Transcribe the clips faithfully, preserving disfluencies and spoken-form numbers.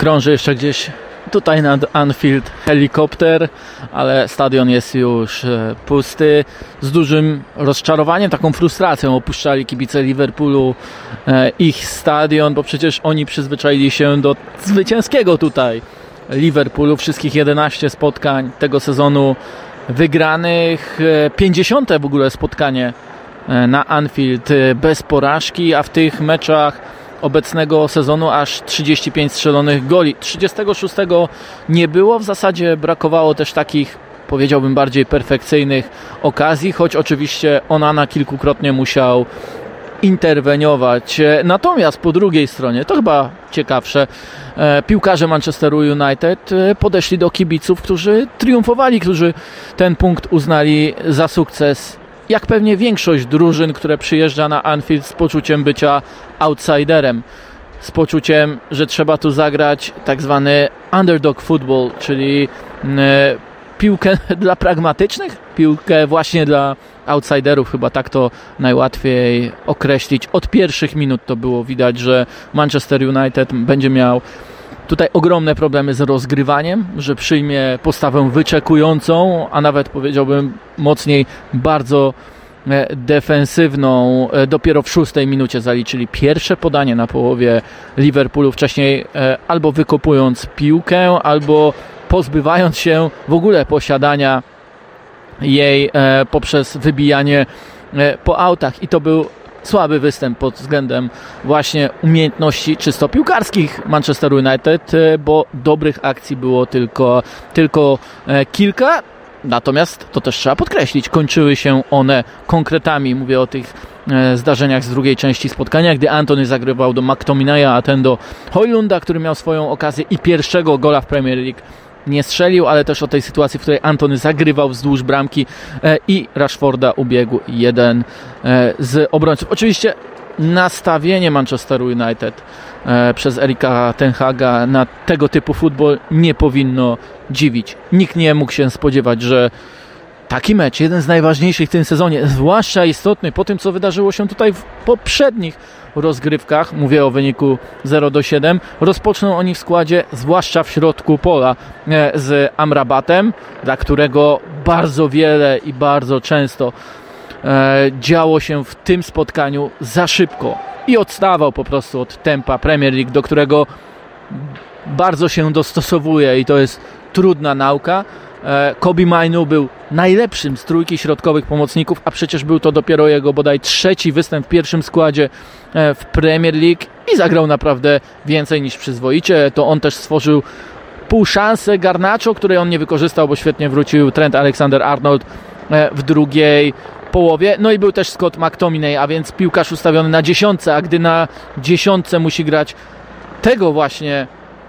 krąży jeszcze gdzieś tutaj nad Anfield helikopter, ale stadion jest już pusty. Z dużym rozczarowaniem, taką frustracją opuszczali kibice Liverpoolu ich stadion, bo przecież oni przyzwyczaili się do zwycięskiego tutaj Liverpoolu. Wszystkich jedenaście spotkań tego sezonu wygranych, pięćdziesiąte w ogóle spotkanie na Anfield bez porażki, a w tych meczach obecnego sezonu aż trzydzieści pięć strzelonych goli. trzydziestego szóstego nie było, w zasadzie brakowało też takich, powiedziałbym, bardziej perfekcyjnych okazji, choć oczywiście Onana kilkukrotnie musiał interweniować. Natomiast po drugiej stronie, to chyba ciekawsze, piłkarze Manchesteru United podeszli do kibiców, którzy triumfowali, którzy ten punkt uznali za sukces. Jak pewnie większość drużyn, które przyjeżdża na Anfield z poczuciem bycia outsiderem, z poczuciem, że trzeba tu zagrać tak zwany underdog football, czyli e, piłkę dla pragmatycznych, piłkę właśnie dla outsiderów, chyba tak to najłatwiej określić. Od pierwszych minut to było widać, że Manchester United będzie miał tutaj ogromne problemy z rozgrywaniem, że przyjmie postawę wyczekującą, a nawet powiedziałbym mocniej bardzo defensywną. Dopiero w szóstej minucie zaliczyli pierwsze podanie na połowie Liverpoolu, wcześniej albo wykopując piłkę, albo pozbywając się w ogóle posiadania jej poprzez wybijanie po autach. I to był słaby występ pod względem właśnie umiejętności czysto piłkarskich Manchesteru United, bo dobrych akcji było tylko, tylko kilka. Natomiast, to też trzeba podkreślić, kończyły się one konkretami. Mówię o tych zdarzeniach z drugiej części spotkania, gdy Antony zagrywał do McTominaya, a ten do Højlunda, który miał swoją okazję i pierwszego gola w Premier League nie strzelił, ale też o tej sytuacji, w której Antony zagrywał wzdłuż bramki i Rashforda ubiegł jeden z obrońców. Oczywiście nastawienie Manchesteru United przez Erika ten Haga na tego typu futbol nie powinno dziwić. Nikt nie mógł się spodziewać, że taki mecz, jeden z najważniejszych w tym sezonie, zwłaszcza istotny po tym, co wydarzyło się tutaj w poprzednich rozgrywkach, mówię o wyniku zero do siedmiu, rozpoczną oni w składzie, zwłaszcza w środku pola, z Amrabatem, dla którego bardzo wiele i bardzo często działo się w tym spotkaniu za szybko i odstawał po prostu od tempa Premier League, do którego bardzo się dostosowuje i to jest trudna nauka. Kobbie Mainoo był najlepszym z trójki środkowych pomocników, a przecież był to dopiero jego bodaj trzeci występ w pierwszym składzie w Premier League i zagrał naprawdę więcej niż przyzwoicie. To on też stworzył pół szansę Garnacho, której on nie wykorzystał, bo świetnie wrócił Trent Alexander-Arnold w drugiej połowie. No i był też Scott McTominay, a więc piłkarz ustawiony na dziesiątce, a gdy na dziesiątce musi grać tego właśnie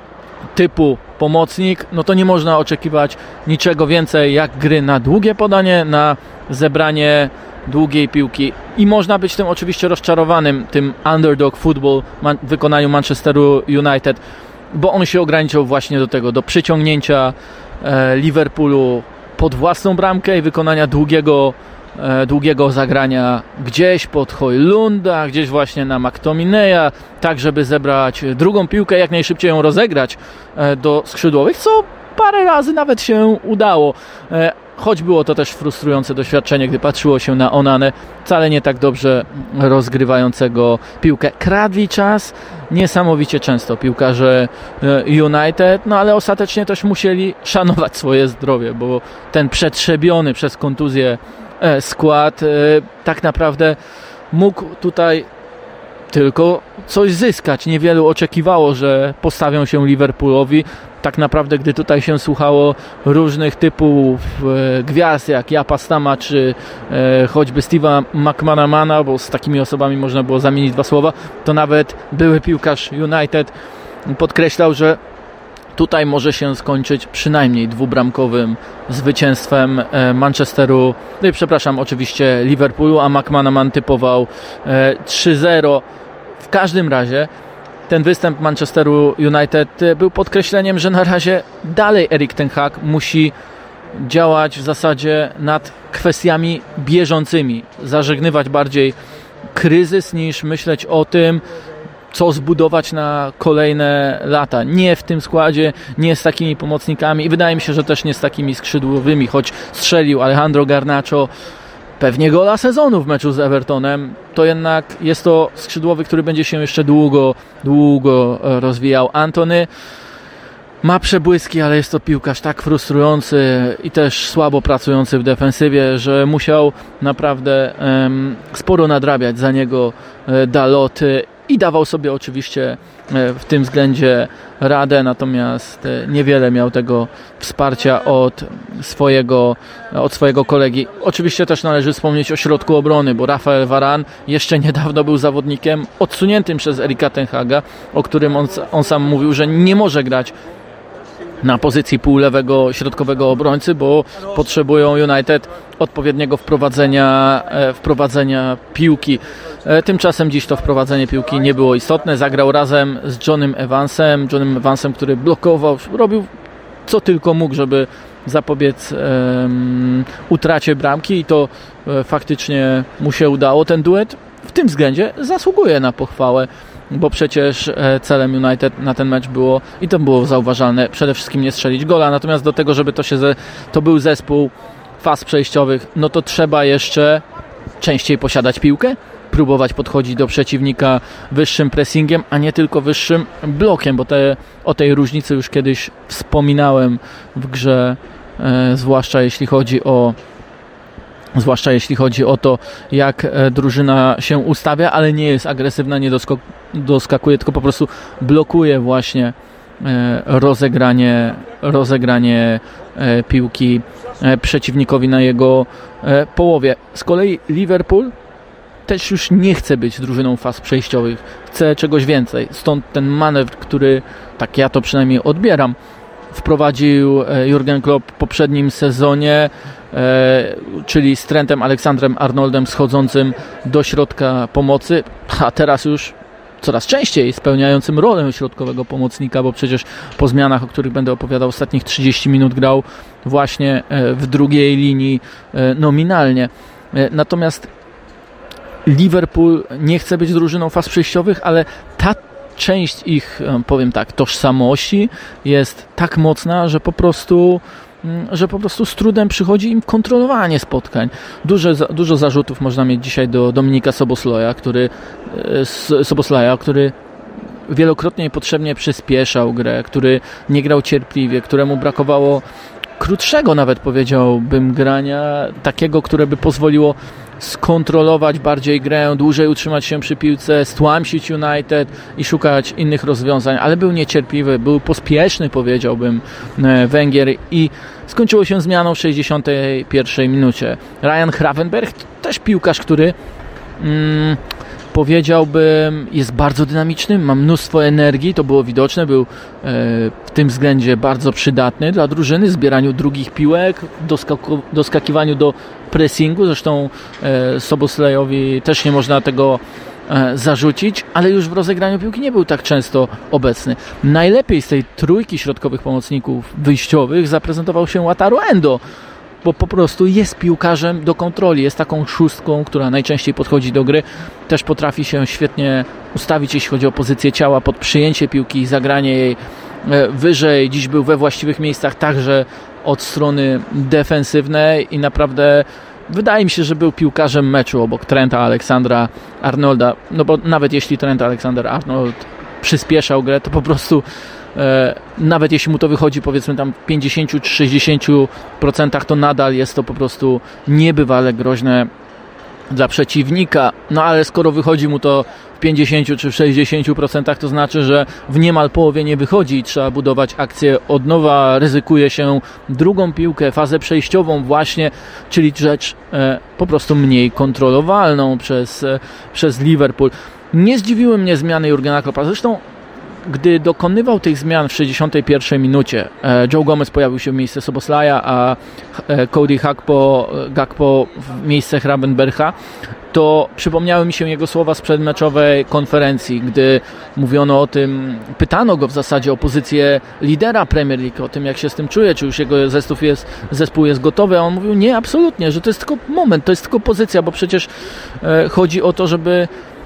typu pomocnik, no to nie można oczekiwać niczego więcej jak gry na długie podanie, na zebranie długiej piłki. I można być tym oczywiście rozczarowanym, tym underdog football w wykonaniu Manchesteru United, bo on się ograniczał właśnie do tego, do przyciągnięcia e, Liverpoolu pod własną bramkę i wykonania długiego długiego zagrania gdzieś pod Højlunda, gdzieś właśnie na McTominaya, tak żeby zebrać drugą piłkę, jak najszybciej ją rozegrać do skrzydłowych, co parę razy nawet się udało. Choć było to też frustrujące doświadczenie, gdy patrzyło się na Onanę, wcale nie tak dobrze rozgrywającego piłkę. Kradli czas niesamowicie często piłkarze United, no ale ostatecznie też musieli szanować swoje zdrowie, bo ten przetrzebiony przez kontuzję skład tak naprawdę mógł tutaj tylko coś zyskać. Niewielu oczekiwało, że postawią się Liverpoolowi. Tak naprawdę, gdy tutaj się słuchało różnych typów gwiazd, jak Japa Stama, czy choćby Steve'a McManamana, bo z takimi osobami można było zamienić dwa słowa, to nawet były piłkarz United podkreślał, że tutaj może się skończyć przynajmniej dwubramkowym zwycięstwem Manchesteru, no i przepraszam, oczywiście Liverpoolu, a McManaman typował trzy zero. W każdym razie ten występ Manchesteru United był podkreśleniem, że na razie dalej Erik ten Hag musi działać w zasadzie nad kwestiami bieżącymi, zażegnywać bardziej kryzys niż myśleć o tym, co zbudować na kolejne lata. Nie w tym składzie, nie z takimi pomocnikami i wydaje mi się, że też nie z takimi skrzydłowymi, choć strzelił Alejandro Garnacho pewnie gola sezonu w meczu z Evertonem, to jednak jest to skrzydłowy, który będzie się jeszcze długo, długo rozwijał. Antony ma przebłyski, ale jest to piłkarz tak frustrujący i też słabo pracujący w defensywie, że musiał naprawdę um, sporo nadrabiać za niego e, Dalot i dawał sobie oczywiście e, w tym względzie radę, natomiast e, niewiele miał tego wsparcia od swojego, od swojego kolegi. Oczywiście też należy wspomnieć o środku obrony, bo Rafael Varane jeszcze niedawno był zawodnikiem odsuniętym przez Erika ten Haga, o którym on, on sam mówił, że nie może grać na pozycji półlewego środkowego obrońcy, bo potrzebują United odpowiedniego wprowadzenia, e, wprowadzenia piłki. E, tymczasem dziś to wprowadzenie piłki nie było istotne. Zagrał razem z Johnem Evansem, Johnem Evansem, który blokował, robił co tylko mógł, żeby zapobiec e, utracie bramki i to e, faktycznie mu się udało. Ten duet w tym względzie zasługuje na pochwałę, bo przecież celem United na ten mecz było, i to było zauważalne, przede wszystkim nie strzelić gola, natomiast do tego, żeby to się ze, to był zespół faz przejściowych, no to trzeba jeszcze częściej posiadać piłkę, próbować podchodzić do przeciwnika wyższym pressingiem, a nie tylko wyższym blokiem, bo te, o tej różnicy już kiedyś wspominałem w grze, e, zwłaszcza jeśli chodzi o Zwłaszcza jeśli chodzi o to, jak drużyna się ustawia, ale nie jest agresywna, nie doskok- doskakuje, tylko po prostu blokuje właśnie rozegranie, rozegranie piłki przeciwnikowi na jego połowie. Z kolei Liverpool też już nie chce być drużyną faz przejściowych, chce czegoś więcej. Stąd ten manewr, który, tak ja to przynajmniej odbieram, wprowadził Jurgen Klopp w poprzednim sezonie, czyli z Trentem Alexander-Arnoldem schodzącym do środka pomocy, a teraz już coraz częściej spełniającym rolę środkowego pomocnika, bo przecież po zmianach, o których będę opowiadał, ostatnich trzydzieści minut grał właśnie w drugiej linii nominalnie. Natomiast Liverpool nie chce być drużyną faz przejściowych, ale ta część ich, powiem tak, tożsamości jest tak mocna, że po prostu że po prostu z trudem przychodzi im kontrolowanie spotkań. Duże, dużo zarzutów można mieć dzisiaj do Dominika Szoboszlaja, który Szoboszlaja, który wielokrotnie niepotrzebnie przyspieszał grę, który nie grał cierpliwie, któremu brakowało krótszego nawet, powiedziałbym, grania, takiego, które by pozwoliło skontrolować bardziej grę, dłużej utrzymać się przy piłce, stłamsić United i szukać innych rozwiązań, ale był niecierpliwy, był pospieszny, powiedziałbym, Węgier, i skończyło się zmianą w sześćdziesiątej pierwszej minucie. Ryan Gravenberch, też piłkarz, który mm, powiedziałbym, jest bardzo dynamiczny, ma mnóstwo energii, to było widoczne, był e, w tym względzie bardzo przydatny dla drużyny, zbieraniu drugich piłek, doskaku, doskakiwaniu do pressingu, zresztą e, Szoboszlajowi też nie można tego e, zarzucić, ale już w rozegraniu piłki nie był tak często obecny. Najlepiej z tej trójki środkowych pomocników wyjściowych zaprezentował się Wataru Endo, bo po prostu jest piłkarzem do kontroli, jest taką szóstką, która najczęściej podchodzi do gry, też potrafi się świetnie ustawić, jeśli chodzi o pozycję ciała, pod przyjęcie piłki i zagranie jej wyżej. Dziś był we właściwych miejscach także od strony defensywnej i naprawdę wydaje mi się, że był piłkarzem meczu obok Trenta Alexandera-Arnolda, no bo nawet jeśli Trent Alexander-Arnold przyspieszał grę, to po prostu nawet jeśli mu to wychodzi, powiedzmy tam w pięćdziesiąt czy sześćdziesiąt procent, to nadal jest to po prostu niebywale groźne dla przeciwnika. No ale skoro wychodzi mu to w pięćdziesiąt czy w sześćdziesiąt procent, to znaczy, że w niemal połowie nie wychodzi i trzeba budować akcję od nowa, ryzykuje się drugą piłkę, fazę przejściową właśnie, czyli rzecz e, po prostu mniej kontrolowalną przez, e, przez Liverpool. Nie zdziwiły mnie zmiany Jurgena Kloppa, zresztą gdy dokonywał tych zmian w sześćdziesiątej pierwszej minucie, Joe Gomez pojawił się w miejsce Szoboszlaja, a Cody Gakpo, Gakpo w miejsce Gravenbercha, to przypomniały mi się jego słowa z przedmeczowej konferencji, gdy mówiono o tym, pytano go w zasadzie o pozycję lidera Premier League, o tym, jak się z tym czuje, czy już jego zespół jest, zespół jest gotowy, a on mówił, nie, absolutnie, że to jest tylko moment, to jest tylko pozycja, bo przecież chodzi o to, żeby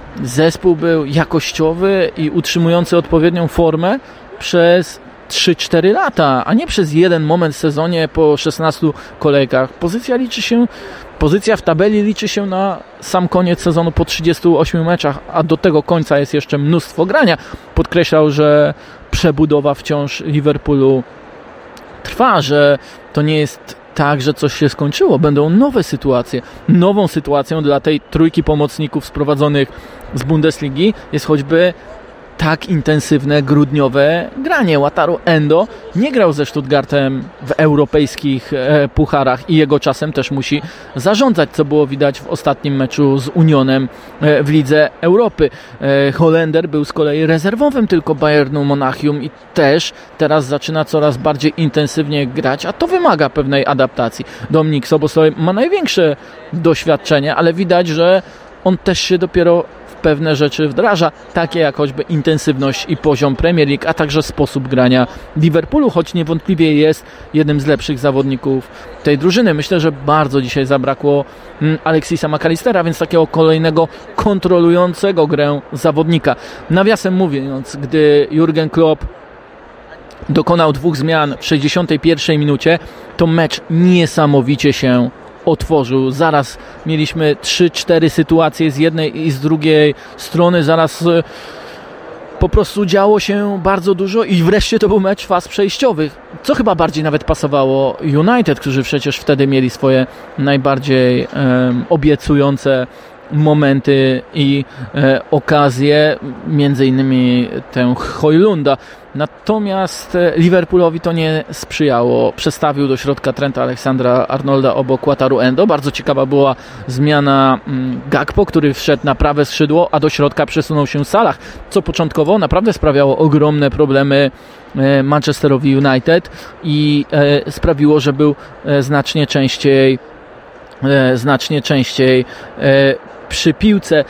zespół był jakościowy i utrzymujący odpowiednią formę przez trzy cztery lata, a nie przez jeden moment w sezonie po szesnastu kolejkach. Pozycja liczy się, pozycja w tabeli liczy się na sam koniec sezonu po trzydziestu ośmiu meczach, a do tego końca jest jeszcze mnóstwo grania. Podkreślał, że przebudowa wciąż Liverpoolu trwa, że to nie jest tak, że coś się skończyło. Będą nowe sytuacje. Nową sytuacją dla tej trójki pomocników sprowadzonych z Bundesligi jest choćby tak intensywne, grudniowe granie. Wataru Endo nie grał ze Stuttgartem w europejskich e, pucharach i jego czasem też musi zarządzać, co było widać w ostatnim meczu z Unionem e, w Lidze Europy. E, Holender był z kolei rezerwowym tylko Bayernu Monachium i też teraz zaczyna coraz bardziej intensywnie grać, a to wymaga pewnej adaptacji. Dominik Szoboszlai ma największe doświadczenie, ale widać, że on też się dopiero pewne rzeczy wdraża, takie jak choćby intensywność i poziom Premier League, a także sposób grania Liverpoolu, choć niewątpliwie jest jednym z lepszych zawodników tej drużyny. Myślę, że bardzo dzisiaj zabrakło Alexisa McAllistera, więc takiego kolejnego kontrolującego grę zawodnika. Nawiasem mówiąc, gdy Jurgen Klopp dokonał dwóch zmian w sześćdziesiątej pierwszej minucie, to mecz niesamowicie się otworzył. Zaraz mieliśmy trzy cztery sytuacje z jednej i z drugiej strony. Zaraz po prostu działo się bardzo dużo i wreszcie to był mecz faz przejściowych, co chyba bardziej nawet pasowało United, którzy przecież wtedy mieli swoje najbardziej um, obiecujące momenty i e, okazje, między innymi tę Højlunda. Natomiast Liverpoolowi to nie sprzyjało. Przestawił do środka Trenta Alexandra-Arnolda obok Wataru Endo. Bardzo ciekawa była zmiana mm, Gakpo, który wszedł na prawe skrzydło, a do środka przesunął się Salah, co początkowo naprawdę sprawiało ogromne problemy e, Manchesterowi United i e, sprawiło, że był e, znacznie częściej e, znacznie częściej e, przy piłce.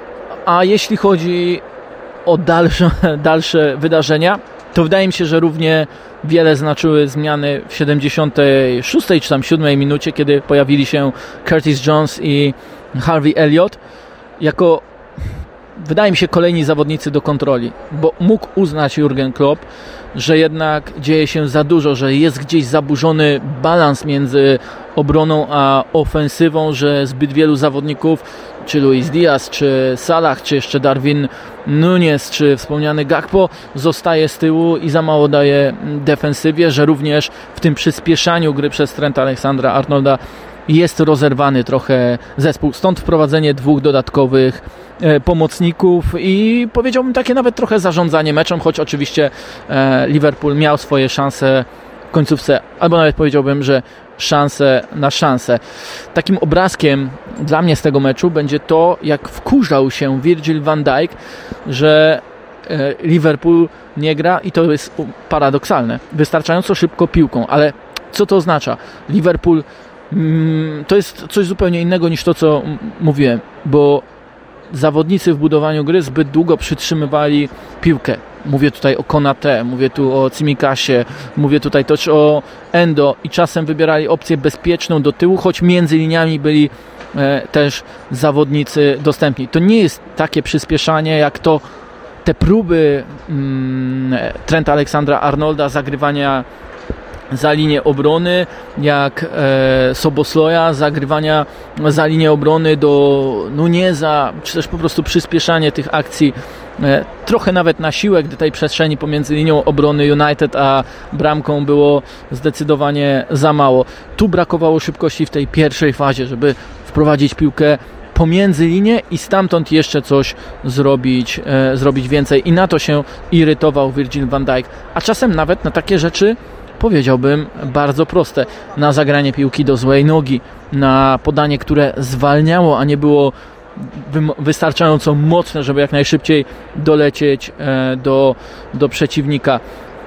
A jeśli chodzi o dalsze, dalsze wydarzenia, to wydaje mi się, że równie wiele znaczyły zmiany w siedemdziesiątej szóstej czy tam siódmej minucie, kiedy pojawili się Curtis Jones i Harvey Elliott jako, wydaje mi się, kolejni zawodnicy do kontroli, bo mógł uznać Jurgen Klopp, że jednak dzieje się za dużo, że jest gdzieś zaburzony balans między obroną a ofensywą, że zbyt wielu zawodników, czy Luis Diaz, czy Salah, czy jeszcze Darwin Núñez, czy wspomniany Gakpo, zostaje z tyłu i za mało daje defensywie, że również w tym przyspieszaniu gry przez Trenta Alexandra-Arnolda jest rozerwany trochę zespół. Stąd wprowadzenie dwóch dodatkowych e, pomocników i powiedziałbym takie nawet trochę zarządzanie meczem, choć oczywiście e, Liverpool miał swoje szanse w końcówce, albo nawet powiedziałbym, że szanse na szansę. Takim obrazkiem dla mnie z tego meczu będzie to, jak wkurzał się Virgil van Dijk, że e, Liverpool nie gra i to jest paradoksalne. Wystarczająco szybko piłką, ale co to oznacza? Liverpool to jest coś zupełnie innego niż to, co mówiłem, bo zawodnicy w budowaniu gry zbyt długo przytrzymywali piłkę. Mówię tutaj o Konaté, mówię tu o Tsimicasie, mówię tutaj też o Endo i czasem wybierali opcję bezpieczną do tyłu, choć między liniami byli e, też zawodnicy dostępni. To nie jest takie przyspieszanie, jak to te próby mm, Trenta Alexandra-Arnolda zagrywania za linię obrony, jak e, Szoboszlaia, zagrywania za linię obrony do Núñeza, czy też po prostu przyspieszanie tych akcji e, trochę nawet na siłę, gdy tej przestrzeni pomiędzy linią obrony United a bramką było zdecydowanie za mało. Tu brakowało szybkości w tej pierwszej fazie, żeby wprowadzić piłkę pomiędzy linię i stamtąd jeszcze coś zrobić, e, zrobić więcej i na to się irytował Virgil van Dijk, a czasem nawet na takie rzeczy, powiedziałbym, bardzo proste. Na zagranie piłki do złej nogi, na podanie, które zwalniało, a nie było wystarczająco mocne, żeby jak najszybciej dolecieć do, do przeciwnika.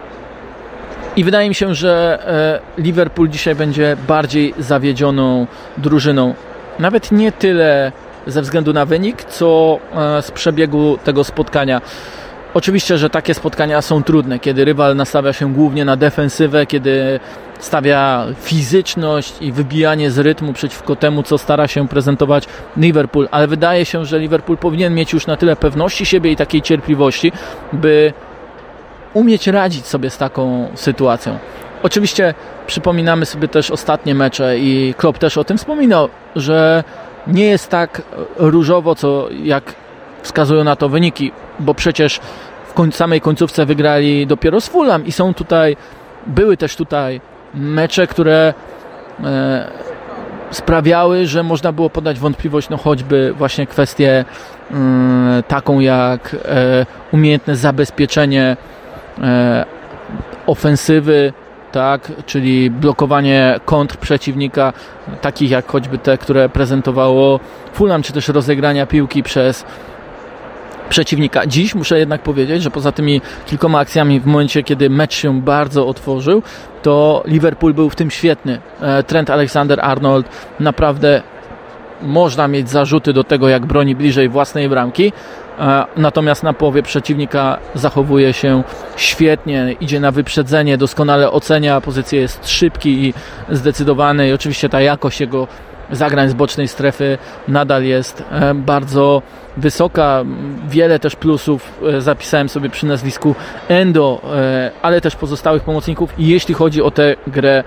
I wydaje mi się, że Liverpool dzisiaj będzie bardziej zawiedzioną drużyną. Nawet nie tyle ze względu na wynik, co z przebiegu tego spotkania. Oczywiście, że takie spotkania są trudne, kiedy rywal nastawia się głównie na defensywę, kiedy stawia fizyczność i wybijanie z rytmu przeciwko temu, co stara się prezentować Liverpool, ale wydaje się, że Liverpool powinien mieć już na tyle pewności siebie i takiej cierpliwości, by umieć radzić sobie z taką sytuacją. Oczywiście przypominamy sobie też ostatnie mecze i Klopp też o tym wspominał, że nie jest tak różowo, co jak wskazują na to wyniki, bo przecież w koń- samej końcówce wygrali dopiero z Fulham i są tutaj, były też tutaj mecze, które e, sprawiały, że można było podać wątpliwość, no choćby właśnie kwestię e, taką jak e, umiejętne zabezpieczenie e, ofensywy, tak, czyli blokowanie kontr przeciwnika, takich jak choćby te, które prezentowało Fulham, czy też rozegrania piłki przez przeciwnika. Dziś muszę jednak powiedzieć, że poza tymi kilkoma akcjami w momencie, kiedy mecz się bardzo otworzył, to Liverpool był w tym świetny. Trent Alexander-Arnold, naprawdę można mieć zarzuty do tego, jak broni bliżej własnej bramki, natomiast na połowie przeciwnika zachowuje się świetnie, idzie na wyprzedzenie, doskonale ocenia pozycję, jest szybki i zdecydowany i oczywiście ta jakość jego zagrań z bocznej strefy nadal jest bardzo wysoka. Wiele też plusów zapisałem sobie przy nazwisku Endo, ale też pozostałych pomocników i jeśli chodzi o tę grę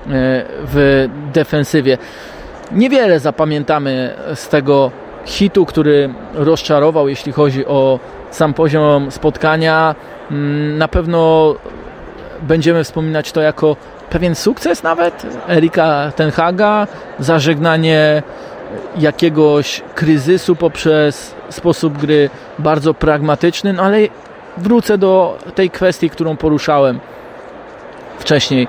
w defensywie. Niewiele zapamiętamy z tego hitu, który rozczarował, jeśli chodzi o sam poziom spotkania. Na pewno będziemy wspominać to jako pewien sukces nawet Erika Ten Haga, zażegnanie jakiegoś kryzysu poprzez sposób gry bardzo pragmatyczny, no ale wrócę do tej kwestii, którą poruszałem wcześniej.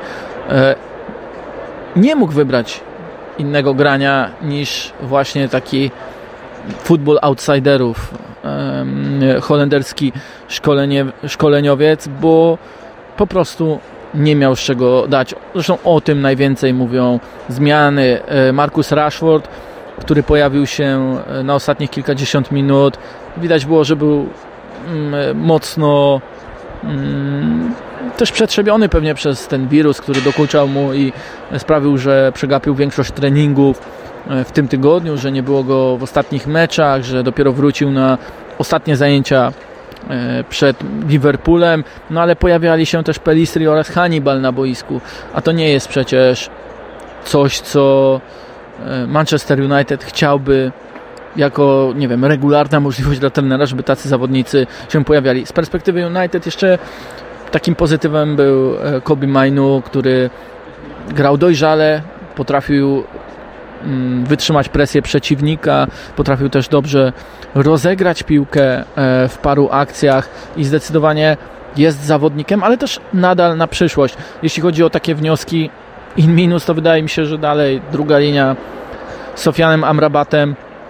Nie mógł wybrać innego grania niż właśnie taki futbol outsiderów, holenderski szkolenie, szkoleniowiec, bo po prostu nie miał z czego dać. Zresztą o tym najwięcej mówią zmiany. Marcus Rashford, który pojawił się na ostatnich kilkadziesiąt minut. Widać było, że był mocno też przetrzebiony pewnie przez ten wirus, który dokuczał mu i sprawił, że przegapił większość treningów w tym tygodniu, że nie było go w ostatnich meczach, że dopiero wrócił na ostatnie zajęcia przed Liverpoolem, no ale pojawiali się też Pelistri oraz Hannibal na boisku, a to nie jest przecież coś, co Manchester United chciałby jako, nie wiem, regularna możliwość dla trenera, żeby tacy zawodnicy się pojawiali. Z perspektywy United jeszcze takim pozytywem był Kobbie Mainoo, który grał dojrzale, potrafił wytrzymać presję przeciwnika, potrafił też dobrze rozegrać piłkę w paru akcjach i zdecydowanie jest zawodnikiem, ale też nadal na przyszłość. Jeśli chodzi o takie wnioski in minus, to wydaje mi się, że dalej druga linia z Sofianem Amrabatem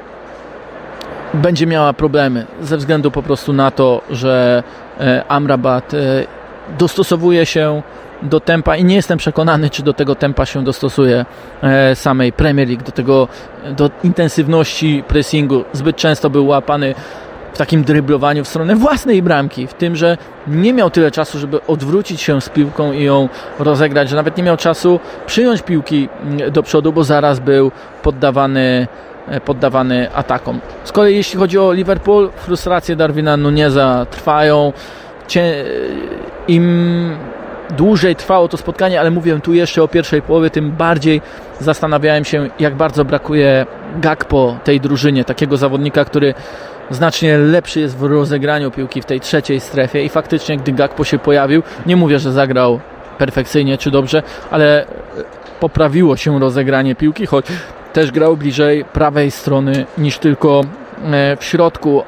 będzie miała problemy ze względu po prostu na to, że Amrabat dostosowuje się do tempa i nie jestem przekonany, czy do tego tempa się dostosuje samej Premier League, do tego, do intensywności pressingu. Zbyt często był łapany w takim dryblowaniu w stronę własnej bramki, w tym, że nie miał tyle czasu, żeby odwrócić się z piłką i ją rozegrać, że nawet nie miał czasu przyjąć piłki do przodu, bo zaraz był poddawany poddawany atakom. Z kolei jeśli chodzi o Liverpool, frustracje Darwina Nuneza trwają. Cie... Im dłużej trwało to spotkanie, ale mówię tu jeszcze o pierwszej połowie, tym bardziej zastanawiałem się, jak bardzo brakuje Gakpo tej drużynie, takiego zawodnika, który znacznie lepszy jest w rozegraniu piłki w tej trzeciej strefie i faktycznie, gdy Gakpo się pojawił, nie mówię, że zagrał perfekcyjnie czy dobrze, ale poprawiło się rozegranie piłki, choć też grał bliżej prawej strony niż tylko w środku.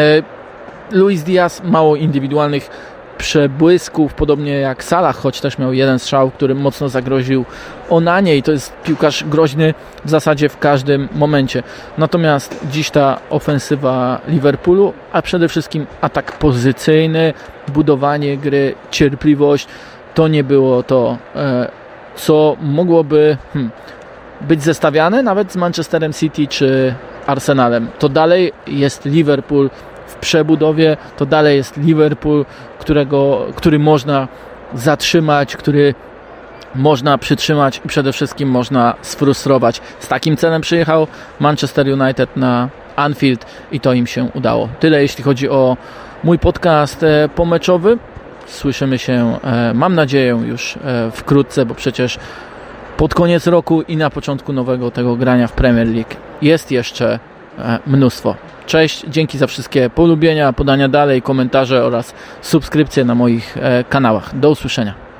Luis Diaz mało indywidualnych przebłysków, podobnie jak Salah, choć też miał jeden strzał, który mocno zagroził Onanie i to jest piłkarz groźny w zasadzie w każdym momencie. Natomiast dziś ta ofensywa Liverpoolu, a przede wszystkim atak pozycyjny, budowanie gry, cierpliwość, to nie było to, co mogłoby hmm, być zestawiane nawet z Manchesterem City czy Arsenalem. To dalej jest Liverpool w przebudowie, to dalej jest Liverpool, którego, który można zatrzymać, który można przytrzymać i przede wszystkim można sfrustrować. Z takim celem przyjechał Manchester United na Anfield i to im się udało. Tyle jeśli chodzi o mój podcast pomeczowy. Słyszymy się, mam nadzieję, już wkrótce, bo przecież pod koniec roku i na początku nowego tego grania w Premier League jest jeszcze mnóstwo. Cześć, dzięki za wszystkie polubienia, podania dalej, komentarze oraz subskrypcje na moich kanałach. Do usłyszenia.